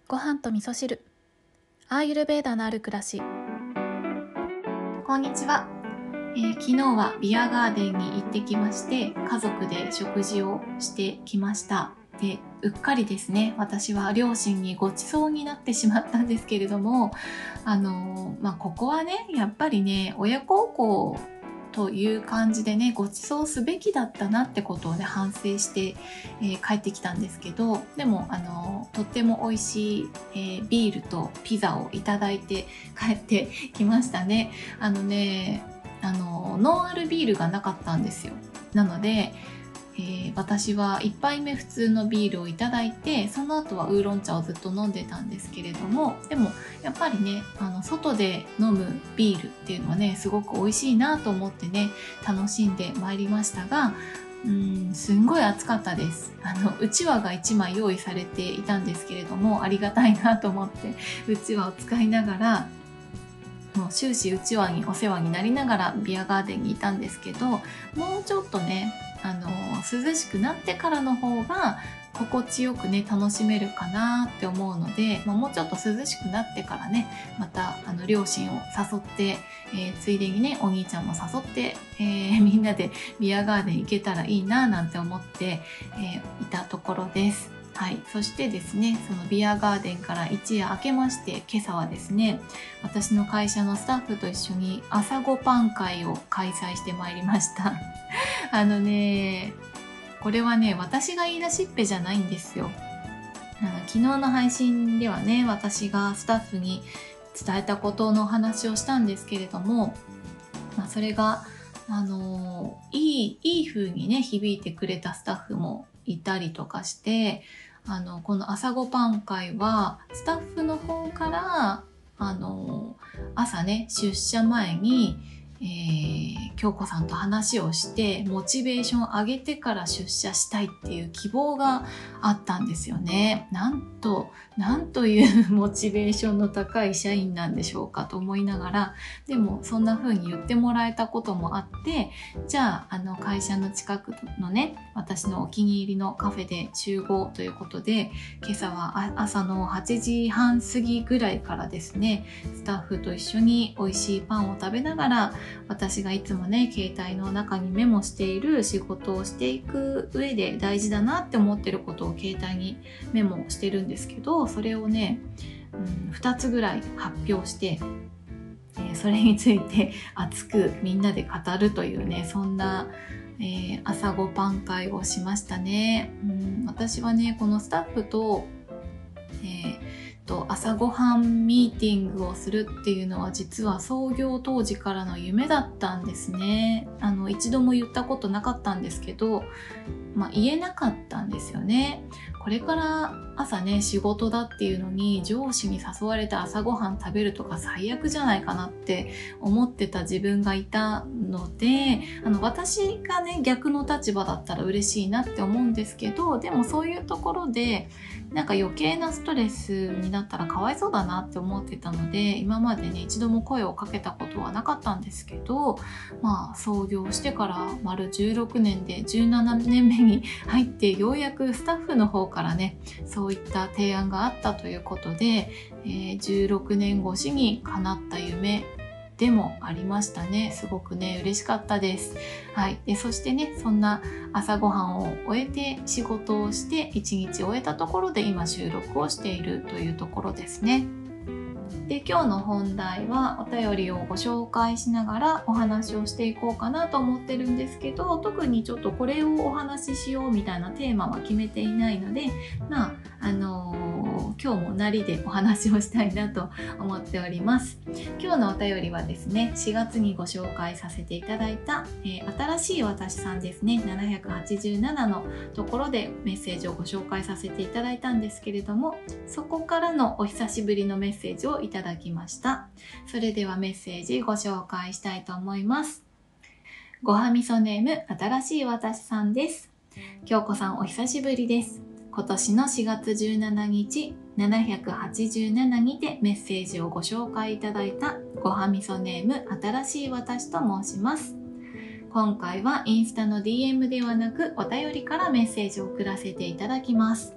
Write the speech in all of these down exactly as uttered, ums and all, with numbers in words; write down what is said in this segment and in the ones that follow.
ご飯と味噌汁、アーユルヴェーダのある暮らし。こんにちは、えー、昨日はビアガーデンに行ってきまして、家族で食事をしてきました。で、うっかりですね、私は両親にご馳走になってしまったんですけれども、あのー、まあ、ここはね、やっぱりね、親孝行という感じでね、ご馳走すべきだったなってことをね、反省して、えー、帰ってきたんですけど、でもあのとっても美味しい、えー、ビールとピザをいただいて帰ってきましたね。あのね、あのノンアルビールがなかったんですよ。なので、えー、私はいっぱいめ普通のビールをいただいて、その後はウーロン茶をずっと飲んでたんですけれども、でもやっぱりね、あの外で飲むビールっていうのはね、すごく美味しいなと思ってね、楽しんでまいりましたが、うーんすんごい暑かったです。あのうちわがいちまい用意されていたんですけれども、ありがたいなと思ってうちわを使いながら、もう終始うちわにお世話になりながらビアガーデンにいたんですけど、もうちょっとね、あの涼しくなってからの方が心地よくね楽しめるかなって思うので、まあ、もうちょっと涼しくなってからね、またあの両親を誘って、えー、ついでにねお兄ちゃんも誘って、えー、みんなでビアガーデン行けたらいいななんて思って、えー、いたところです。はい、そしてですね、そのビアガーデンから一夜明けまして、今朝はですね、私の会社のスタッフと一緒に朝ごパン会を開催してまいりました。あのね、これはね、私が言い出しっぺじゃないんですよ。あの昨日の配信ではね、私がスタッフに伝えたことの話をしたんですけれども、まあ、それがあのいいいい風にね響いてくれたスタッフもいたりとかして、あのこの朝ごパン会はスタッフの方からあの朝ね出社前に、えー、京子さんと話をしてモチベーションを上げてから出社したいっていう希望があったんですよね。なんとなんというモチベーションの高い社員なんでしょうかと思いながら、でもそんな風に言ってもらえたこともあって、じゃああの会社の近くのね私のお気に入りのカフェで集合ということで、今朝は朝のはちじはん過ぎぐらいからですね、スタッフと一緒に美味しいパンを食べながら、私がいつもね携帯の中にメモしている仕事をしていく上で大事だなって思ってることを携帯にメモしてるんですけど、それをね、うん、ふたつぐらい発表して、えー、それについて熱くみんなで語るというね、そんな、えー、朝ごパン会をしましたね。うん、私はねこのスタッフと、えーと朝ごはんミーティングをするっていうのは実は創業当時からの夢だったんですね。あの一度も言ったことなかったんですけど、まあ、言えなかったんですよね。これから朝ね仕事だっていうのに上司に誘われて朝ごはん食べるとか最悪じゃないかなって思ってた自分がいたので、あの私がね逆の立場だったら嬉しいなって思うんですけど、でもそういうところでなんか余計なストレスになったらかわいそうだなって思ってたので、今までね一度も声をかけたことはなかったんですけど、まあ創業してから丸じゅうろくねんでじゅうななねんめに入ってようやくスタッフの方からねそういった提案があったということで、えー、じゅうろくねん越しに叶った夢でもありましたね。すごくね嬉しかったです。はい。でそしてねそんな朝ごはんを終えて仕事をしていちにち終えたところで今収録をしているというところですね。で今日の本題はお便りをご紹介しながらお話をしていこうかなと思ってるんですけど、特にちょっとこれをお話ししようみたいなテーマは決めていないので、まああのー、今日もなりでお話をしたいなと思っております。今日のお便りはですね、しがつにご紹介させていただいた、えー、新しい私さんですね、ななひゃくはちじゅうななのところでメッセージをご紹介させていただいたんですけれども、そこからのお久しぶりのメッセージをいただいただきました。それではメッセージご紹介したいと思います。ごはみそネーム新しい私さんです。京子さんお久しぶりです。今年のしがつじゅうしちにちななひゃくはちじゅうななにてメッセージをご紹介いただいたごはみそネーム新しい私と申します。今回はインスタの ディーエム ではなくお便りからメッセージを送らせていただきます。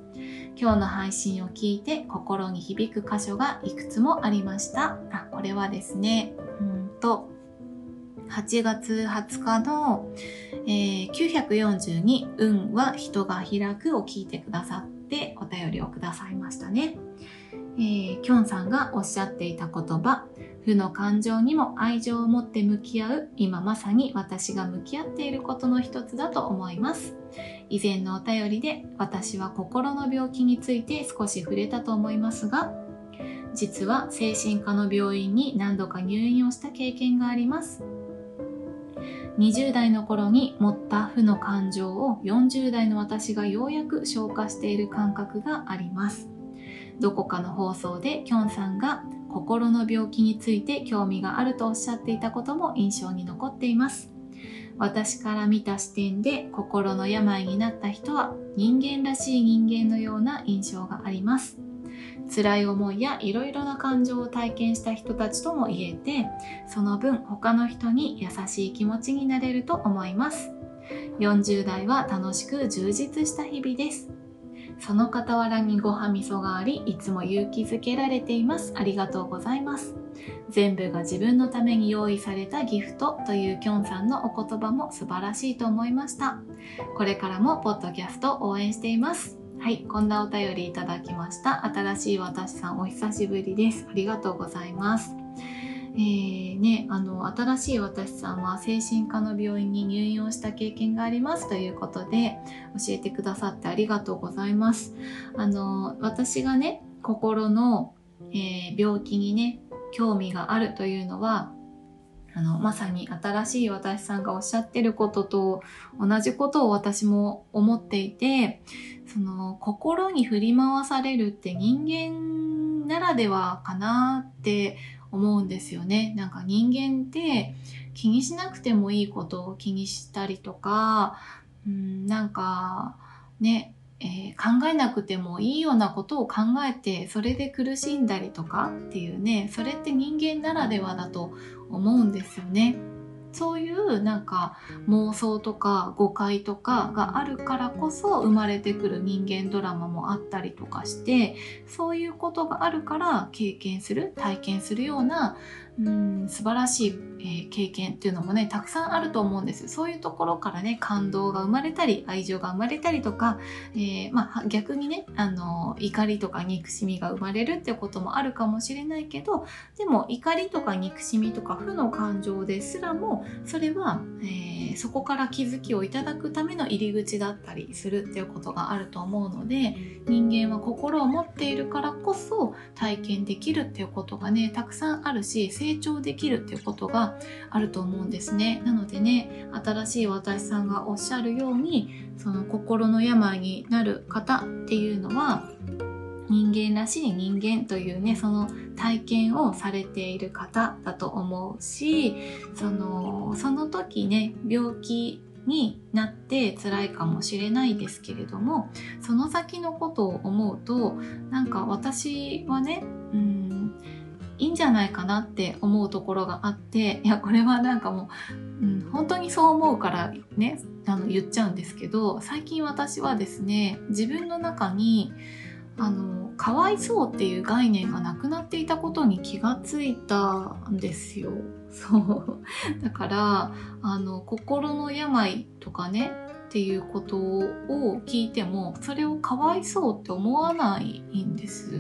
今日の配信を聞いて心に響く箇所がいくつもありました。あ、これはですね、うんとはちがつはつかの、えー、きゅうひゃくよんじゅうに運は人が開くを聞いてくださってお便りをくださいましたね。えー、きょんさんがおっしゃっていた言葉、負の感情にも愛情を持って向き合う、今まさに私が向き合っていることの一つだと思います。以前のお便りで私は心の病気について少し触れたと思いますが、実は精神科の病院に何度か入院をした経験があります。にじゅう代の頃に持った負の感情をよんじゅう代の私がようやく消化している感覚があります。どこかの放送できょんさんが心の病気について興味があるとおっしゃっていたことも印象に残っています。私から見た視点で心の病になった人は人間らしい人間のような印象があります。辛い思いやいろいろな感情を体験した人たちとも言えて、その分他の人に優しい気持ちになれると思います。よんじゅう代は楽しく充実した日々です。その傍らにご飯味噌があり、いつも勇気づけられています。ありがとうございます。全部が自分のために用意されたギフトというきょんさんのお言葉も素晴らしいと思いました。これからもポッドキャスト応援しています。はい、こんなお便りいただきました。新しい私さんお久しぶりです。ありがとうございます。えーね、あの新しい私さんは精神科の病院に入院をした経験がありますということで教えてくださってありがとうございます。あの私がね心の、えー、病気にね興味があるというのはあのまさに新しい私さんがおっしゃってることと同じことを私も思っていて、その心に振り回されるって人間ならではかなって思うんですよね。なんか人間って気にしなくてもいいことを気にしたりとか、うん、なんかね、えー、考えなくてもいいようなことを考えてそれで苦しんだりとかっていうね、それって人間ならではだと思うんですよね。そういうなんか妄想とか誤解とかがあるからこそ生まれてくる人間ドラマもあったりとかして、そういうことがあるから経験する体験するようなうん素晴らしい、えー、経験っていうのもねたくさんあると思うんです。そういうところからね感動が生まれたり愛情が生まれたりとか、えーまあ、逆にねあの怒りとか憎しみが生まれるっていうこともあるかもしれないけど、でも怒りとか憎しみとか負の感情ですらもそれは、えー、そこから気づきをいただくための入り口だったりするっていうことがあると思うので、人間は心を持っているからこそ体験できるっていうことがねたくさんあるし、成長できるっていうことがあると思うんですね。なのでね、新しい私さんがおっしゃるようにその心の病になる方っていうのは人間らしい人間というねその体験をされている方だと思うし、そのその時ね病気になって辛いかもしれないですけれども、その先のことを思うとなんか私はねうんいいんじゃないかなって思うところがあって、いやこれはなんかもう、うん、本当にそう思うからねあの言っちゃうんですけど、最近私はですね自分の中にあのかわいそうっていう概念がなくなっていたことに気がついたんですよ。そうだからあの心の病とかねっていうことを聞いてもそれをかわいそうって思わないんです、うん、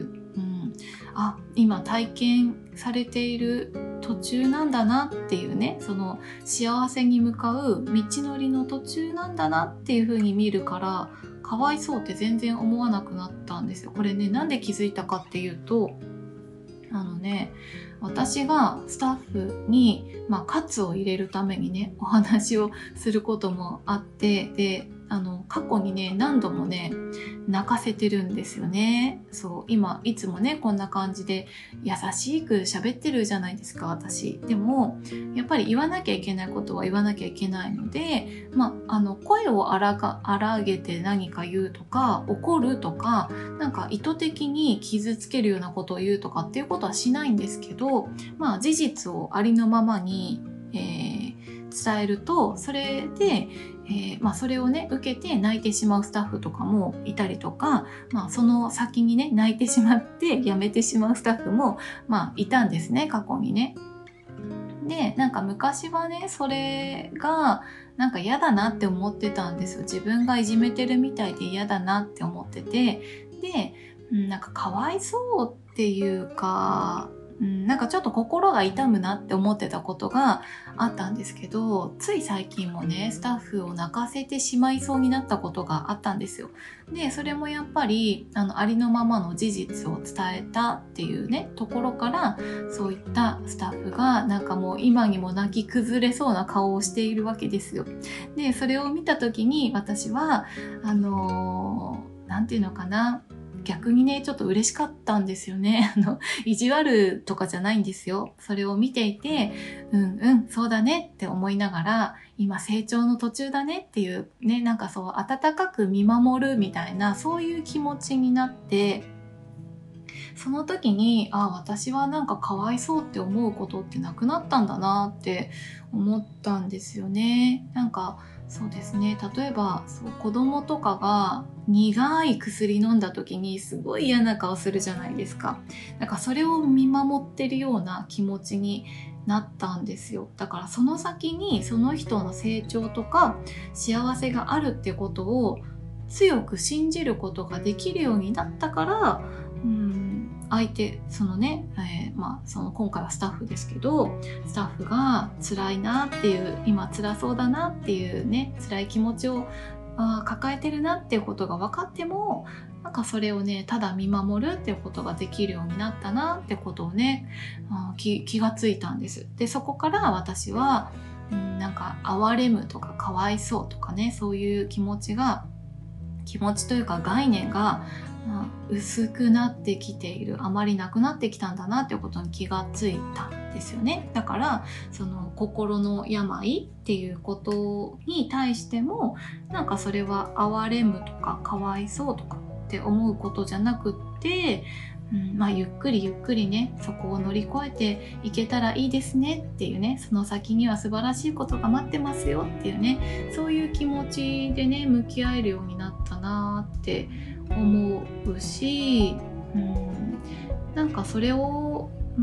あ今体験されている途中なんだなっていうね、その幸せに向かう道のりの途中なんだなっていう風に見るからかわいそうって全然思わなくなったんですよ。これねなんで気づいたかっていうと、あのね私がスタッフに、まあ、喝を入れるためにねお話をすることもあって、であの過去にね何度もね泣かせてるんですよね。そう今いつもねこんな感じで優しく喋ってるじゃないですか私。でもやっぱり言わなきゃいけないことは言わなきゃいけないので、まあ、あの声を荒が荒げて何か言うとか怒るとかなんか意図的に傷つけるようなことを言うとかっていうことはしないんですけど、まあ事実をありのままに、えー伝えると、それで、えーまあ、それをね受けて泣いてしまうスタッフとかもいたりとか、まあ、その先にね泣いてしまって辞めてしまうスタッフも、まあ、いたんですね、過去にね。で、なんか昔はねそれがなんか嫌だなって思ってたんですよ。自分がいじめてるみたいで嫌だなって思ってて、で、うん、なんかかわいそうっていうか、うん、なんかちょっと心が痛むなって思ってたことがあったんですけど、つい最近もねスタッフを泣かせてしまいそうになったことがあったんですよ。で、それもやっぱりあのありのままの事実を伝えたっていうねところから、そういったスタッフがなんかもう今にも泣き崩れそうな顔をしているわけですよ。で、それを見た時に私はあのー、なんていうのかな、逆にねちょっと嬉しかったんですよね。あの意地悪とかじゃないんですよ。それを見ていて、うんうんそうだねって思いながら、今成長の途中だねっていうね、なんかそう温かく見守るみたいな、そういう気持ちになって、その時に、あ、私はなんかかわいそうって思うことってなくなったんだなって思ったんですよね。なんかそうですね、例えばそう子供とかが苦い薬飲んだ時にすごい嫌な顔するじゃないですか。なんかそれを見守ってるような気持ちになったんですよ。だからその先にその人の成長とか幸せがあるってことを強く信じることができるようになったから、うん、相手そのね、えー、まあその今回はスタッフですけど、スタッフが辛いなっていう、今辛そうだなっていうね辛い気持ちをあ抱えてるなっていうことが分かっても、なんかそれをねただ見守るっていうことができるようになったなってことをね、あ 気, 気がついたんです。で、そこから私は、うん、なんか哀れむとかかわいそうとかね、そういう気持ちが気持ちというか概念が、まあ、薄くなってきている、あまりなくなってきたんだなっていうことに気がついたんですよね。だからその心の病っていうことに対しても、なんかそれは哀れむとかかわいそうとかって思うことじゃなくって、うんまあ、ゆっくりゆっくりねそこを乗り越えていけたらいいですねっていうね、その先には素晴らしいことが待ってますよっていうね、そういう気持ちでね向き合えるようになったなって思うし、うん、なんかそれを、うん、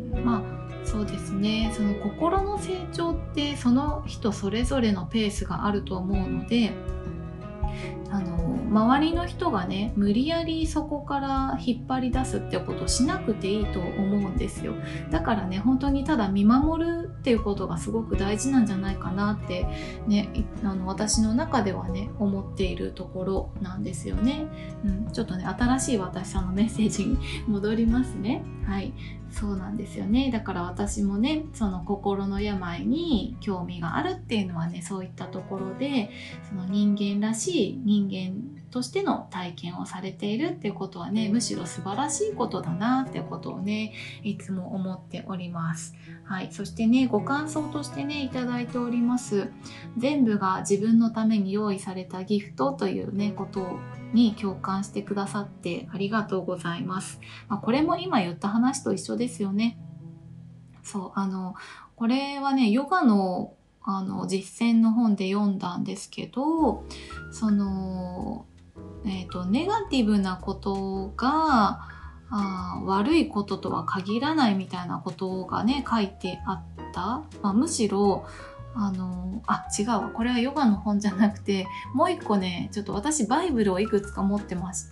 まあそうですね、その心の成長ってその人それぞれのペースがあると思うので、あの周りの人がね無理やりそこから引っ張り出すってことをしなくていいと思うんですよ。だからね本当にただ見守るっていうことがすごく大事なんじゃないかなってね、あの私の中ではね思っているところなんですよね。うん、ちょっとね新しい私さんのメッセージに戻りますね。はい、そうなんですよね。だから私もねその心の病に興味があるっていうのはね、そういったところでその人間らしい人間としての体験をされているっていうことはね、むしろ素晴らしいことだなっていうことをねいつも思っております。はい、そしてねご感想としてねいただいております。全部が自分のために用意されたギフトというねことに共感してくださってありがとうございます。まあ、これも今言った話と一緒ですよね。そう、あのこれはねヨガのあの実践の本で読んだんですけど、そのえーと、ネガティブなことがあ悪いこととは限らないみたいなことがね書いてあった、まあ、むしろあのあ違うわ、これはヨガの本じゃなくてもう一個ね、ちょっと私バイブルをいくつか持ってまして、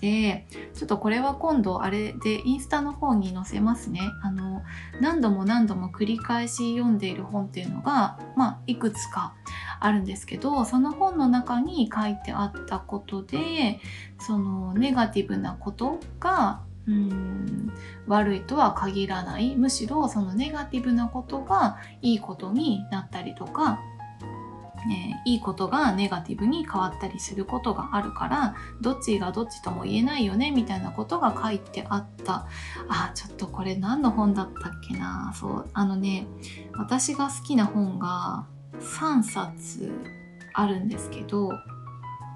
ちょっとこれは今度あれでインスタの方に載せますね。あの何度も何度も繰り返し読んでいる本っていうのが、まあ、いくつかあるんですけど、その本の中に書いてあったことで、そのネガティブなことがうーん悪いとは限らない、むしろそのネガティブなことがいいことになったりとか、えー、いいことがネガティブに変わったりすることがあるから、どっちがどっちとも言えないよねみたいなことが書いてあった。あ、ちょっとこれ何の本だったっけな。そうあのね私が好きな本がさんさつあるんですけど、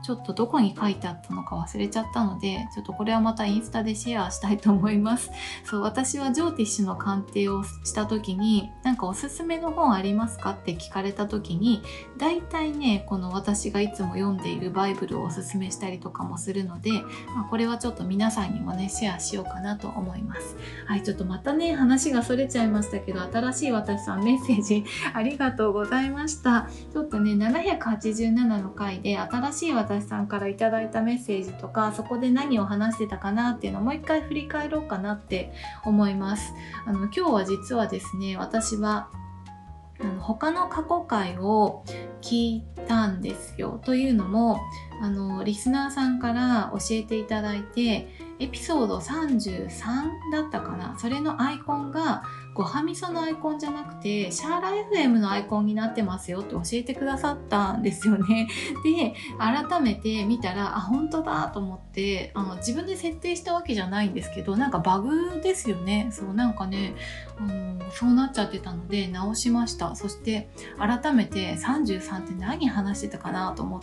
ちょっとどこに書いてあったのか忘れちゃったので、ちょっとこれはまたインスタでシェアしたいと思います。そう、私はジョーティッシュの鑑定をした時に、なんかおすすめの本ありますかって聞かれた時に、だいたいね、この私がいつも読んでいるバイブルをおすすめしたりとかもするので、まあ、これはちょっと皆さんにもね、シェアしようかなと思います。はい、ちょっとまたね、話がそれちゃいましたけど、新しい私さんメッセージありがとうございました。ちょっとね、ななひゃくはちじゅうななの回で新しい私さんからいただいたメッセージとか、そこで何を話してたかなっていうのをもう一回振り返ろうかなって思います。あの今日は実はですね、私はあの他の過去回を聞いたんですよ。というのも、あのリスナーさんから教えていただいて、エピソードさんじゅうさんだったかな、それのアイコンがごはみそのアイコンじゃなくてシャーラ エフエム のアイコンになってますよって教えてくださったんですよね。で、改めて見たら、あ、本当だと思って、あの自分で設定したわけじゃないんですけど、なんかバグですよね。そう、なんかね、あのそうなっちゃってたので直しました。そして改めてさんじゅうさんって何話してたかなと思って、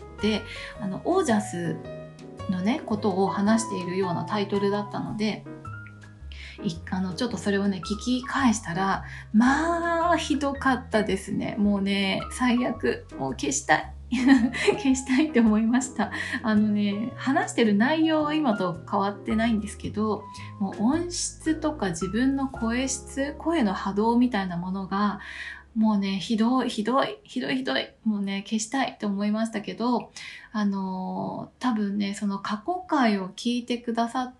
あのオージャスのねことを話しているようなタイトルだったので、いあのちょっとそれをね聞き返したら、まあひどかったですね。もうね、最悪、もう消したい消したいって思いました。あのね、話してる内容は今と変わってないんですけど、もう音質とか自分の声質、声の波動みたいなものがもうね、ひどい、ひどい、ひどい、ひどい。もうね、消したいって思いましたけど、あのー、多分ね、その過去回を聞いてくださって、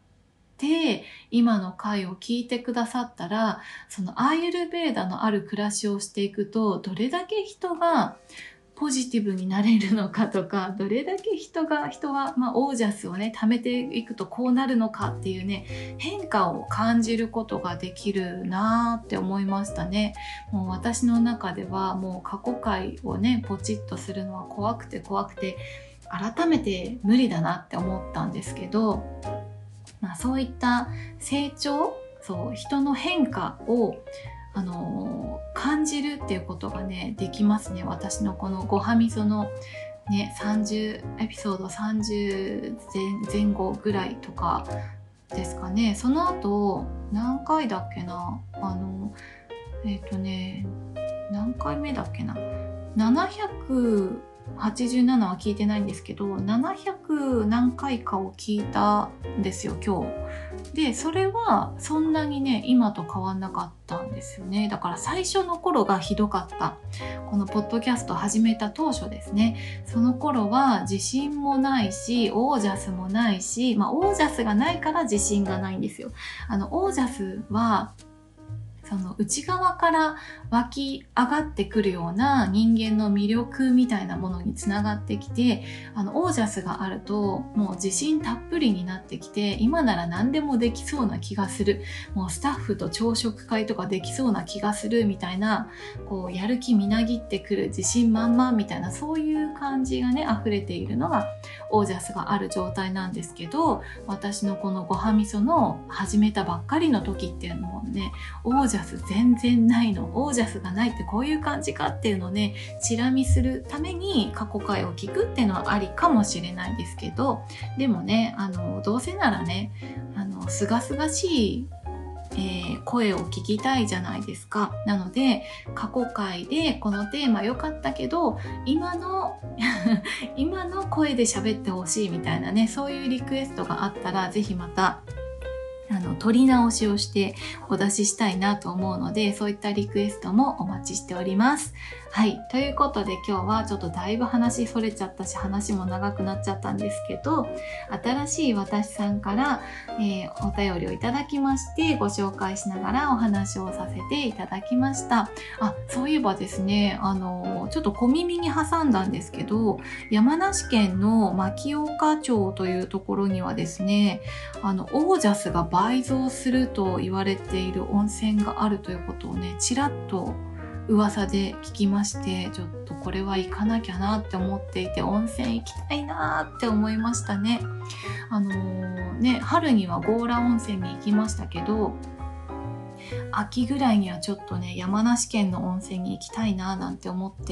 今の回を聞いてくださったら、そのアーユルヴェーダのある暮らしをしていくと、どれだけ人がポジティブになれるのかとか、どれだけ人が、人は、まあ、オージャスをね、貯めていくとこうなるのかっていうね、変化を感じることができるなーって思いましたね。もう私の中では、もう過去回をね、ポチッとするのは怖くて怖くて、改めて無理だなって思ったんですけど、まあ、そういった成長、そう、人の変化をあのー、感じるっていうことがねできますね。私のこのごはみそのねさんじゅうエピソードさんじゅうぜん後ぐらいとかですかね。その後何回だっけな、あのえっとね何回目だっけな、ななひゃくはちじゅうななは聞いてないんですけど、ななひゃく何回かを聞いたんですよ今日で。それはそんなにね今と変わんなかったんですよね。だから最初の頃がひどかった。このポッドキャスト始めた当初ですね、その頃は自信もないしオージャスもないし、まあオージャスがないから自信がないんですよ。あのオージャスはその内側から湧き上がってくるような人間の魅力みたいなものにつながってきて、あのオージャスがあるともう自信たっぷりになってきて、今なら何でもできそうな気がする、もうスタッフと朝食会とかできそうな気がするみたいな、こうやる気みなぎってくる自信満々みたいな、そういう感じがね溢れているのがオージャスがある状態なんですけど、私のこのごはみその始めたばっかりの時っていうのもね、オージャス全然ないの。オージャスがないってこういう感じかっていうのをねチラ見するために過去回を聞くっていうのはありかもしれないですけど、でもね、あのどうせならね、あのすがすがしいえー、声を聞きたいじゃないですか。なので過去回でこのテーマ良かったけど今の今の声で喋ってほしいみたいなね、そういうリクエストがあったらぜひまたあの取り直しをしてお出ししたいなと思うので、そういったリクエストもお待ちしております。はい、ということで今日はちょっとだいぶ話それちゃったし、話も長くなっちゃったんですけど、新しい私さんから、えー、お便りをいただきましてご紹介しながらお話をさせていただきました。あ、そういえばですね、あのちょっと小耳に挟んだんですけど、山梨県の牧岡町というところにはですね、あのオージャスが倍増すると言われている温泉があるということをねちらっと噂で聞きまして、ちょっとこれは行かなきゃなって思っていて、温泉行きたいなって思いましたね。あのー、ね春には強羅温泉に行きましたけど、秋ぐらいにはちょっとね山梨県の温泉に行きたいななんて思って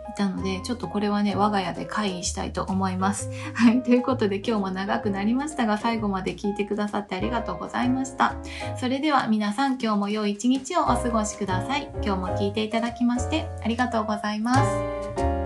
たので、ちょっとこれはね、我が家で会議したいと思います。はい。ということで今日も長くなりましたが、最後まで聞いてくださってありがとうございました。それでは皆さん今日も良い一日をお過ごしください。今日も聞いていただきましてありがとうございます。